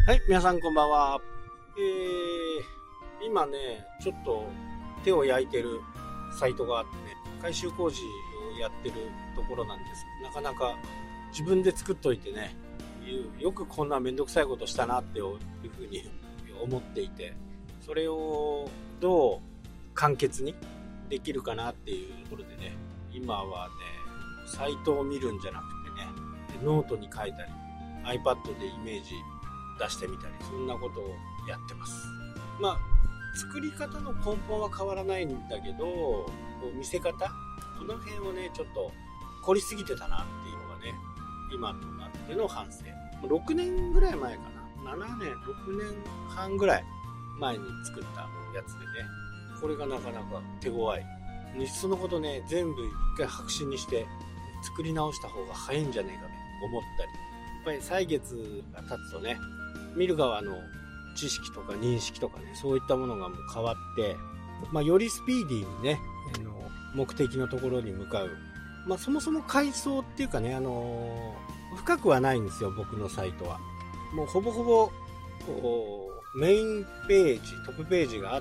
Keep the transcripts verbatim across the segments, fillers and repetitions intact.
はい、皆さんこんばんは。えー、今ね、ちょっと手を焼いてるサイトがあってね、改修工事をやってるところなんです。なかなか自分で作っといてね、よくこんなめんどくさいことしたなっていうふうに思っていて、それをどう簡潔にできるかなっていうところでね、今はね、サイトを見るんじゃなくてね、ノートに書いたり、iPad でイメージ出してみたり、そんなことをやってます。まあ作り方の根本は変わらないんだけど、見せ方、この辺をねちょっと凝りすぎてたなっていうのがね、今となっての反省。ろくねんぐらい前かな、ななねんろくねんはんぐらい前に作ったやつでね、これがなかなか手強い。いっそのことね、全部一回白紙にして作り直した方が早いんじゃねえかと思ったり、やっぱり歳月が経つとね、見る側の知識とか認識とかね、そういったものがもう変わって、まあ、よりスピーディーにね、あの目的のところに向かう。まあ、そもそも階層っていうかね、あのー、深くはないんですよ、僕のサイトは。もうほぼほぼメインページ、トップページがあって、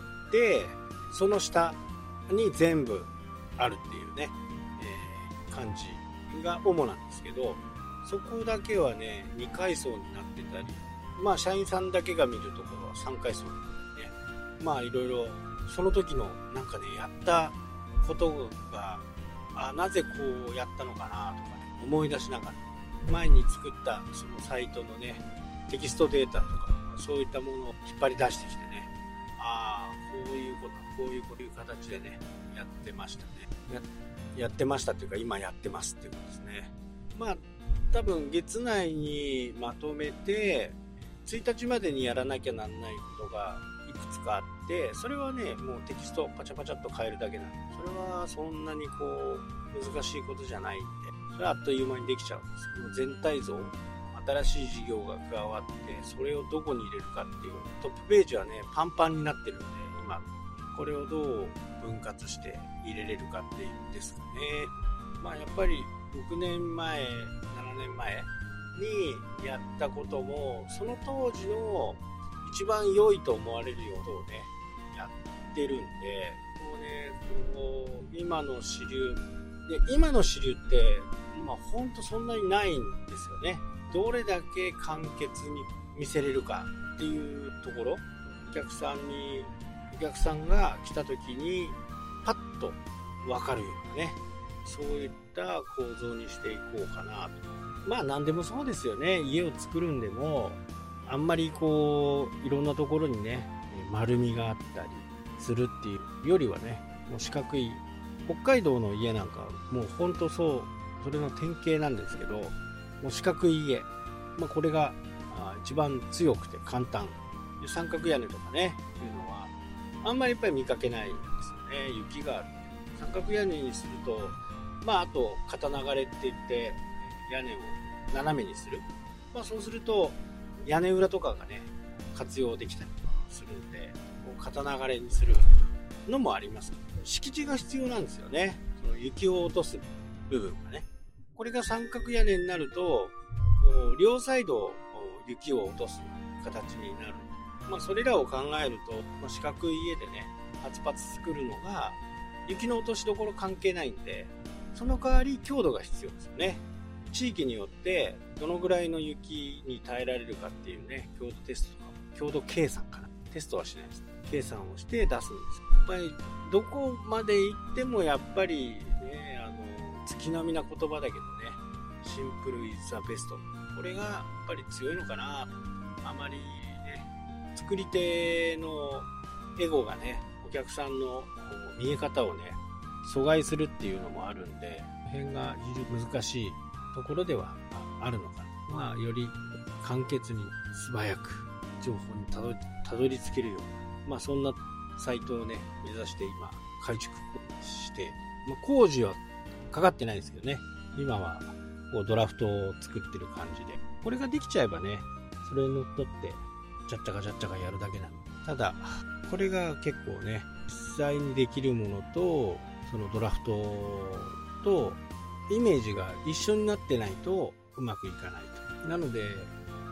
その下に全部あるっていうね、えー、感じが主なんですけど、そこだけはねに階層になってたり、まあ社員さんだけが見るところはさん階層になってね、まあいろいろその時のなんかね、やったことが、あ、なぜこうやったのかなとかね、思い出しながら前に作ったそのサイトのねテキストデータとかそういったものを引っ張り出してきてね、ああこういうことこういうこういう形でねやってましたね。 や, やってましたっていうか今やってますっていうことですね。まあ多分月内にまとめてついたちまでにやらなきゃなんないことがいくつかあって、それはねもうテキストパチャパチャっと変えるだけなんで、それはそんなにこう難しいことじゃないんで、それはあっという間にできちゃうんですけど、全体像、新しい事業が加わってそれをどこに入れるかっていうトップページはねパンパンになってるんで、今これをどう分割して入れれるかっていうんですかね。まあやっぱりろくねんまえななねんまえにやったこともその当時の一番良いと思われるようなことをねやってるんで、こうねこう今の主流で、今の主流ってまあほんとそんなにないんですよね。どれだけ簡潔に見せれるかっていうところ、お客さんにお客さんが来た時にパッと分かるようなね、そういった構造にしていこうかなと。まあ何でもそうですよね。家を作るんでもあんまりこういろんなところにね丸みがあったりするっていうよりはね、もう四角い、北海道の家なんかもうほんとそう、それの典型なんですけど、もう四角い家、まあ、これが一番強くて簡単で、三角屋根とかねいうのはあんまりやっぱり見かけないんですよね。雪がある三角屋根にすると、まああと片流れって言って屋根を斜めにする、まあそうすると屋根裏とかがね活用できたりするんで、片流れにするのもあります。敷地が必要なんですよね、その雪を落とす部分がね。これが三角屋根になると両サイド雪を落とす形になる。まあそれらを考えると、まあ、四角い家でねパツパツ作るのが雪の落としどころ関係ないんで、その代わり強度が必要ですよね。地域によってどのぐらいの雪に耐えられるかっていうね、強度テストとか強度計算かな、テストはしないです、計算をして出すんです。やっぱりどこまで行ってもやっぱりね、あの月並みな言葉だけどね、シンプルイズザベスト、これがやっぱり強いのかな。あまりね作り手のエゴがねお客さんの見え方をね阻害するっていうのもあるんで、この辺が非常に難しいところではあるのかな。まあより簡潔に素早く情報にたどり、たどり着けるような、まあそんなサイトをね目指して今改築して、まあ、工事はかかってないですけどね、今はこうドラフトを作ってる感じで、これができちゃえばねそれにのっとってちゃっちゃかちゃっちゃかやるだけなの。ただこれが結構ね実際にできるものとそのドラフトとイメージが一緒になってないとうまくいかないと。なので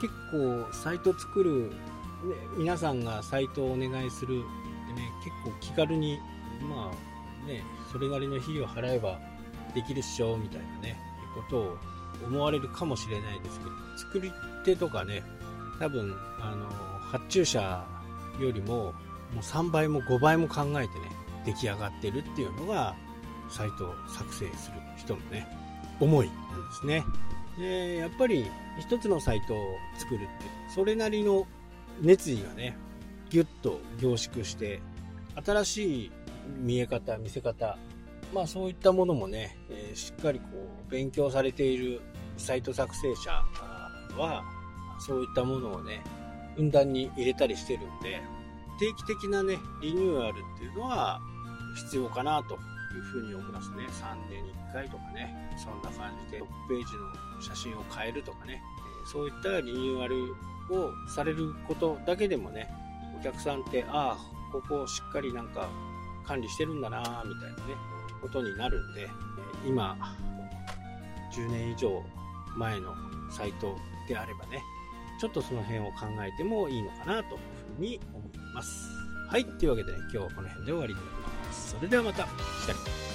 結構サイト作る、ね、皆さんがサイトをお願いするってね、結構気軽にまあね、それなりの費用払えばできるっしょみたいなねことを思われるかもしれないですけど、作り手とかね、多分あの発注者よりももうさんばいもごばいも考えてね出来上がってるっていうのがサイトを作成する人のね思いなんですね。でやっぱり一つのサイトを作るってそれなりの熱意がねギュッと凝縮して新しい見え方見せ方、まあそういったものもね、えー、しっかりこう勉強されているサイト作成者はそういったものをねふんだんに入れたりしてるんで、定期的なねリニューアルっていうのは必要かなというふうに思いますね。さんねんにいっかいとかね、そんな感じでトップページの写真を変えるとかね、そういったリニューアルをされることだけでもね、お客さんってああここをしっかりなんか管理してるんだなみたいなねことになるんで、今じゅうねん以上前のサイトであればね、ちょっとその辺を考えてもいいのかなというふうに思います。はい、というわけで、ね、今日はこの辺で終わりになります。それではまた。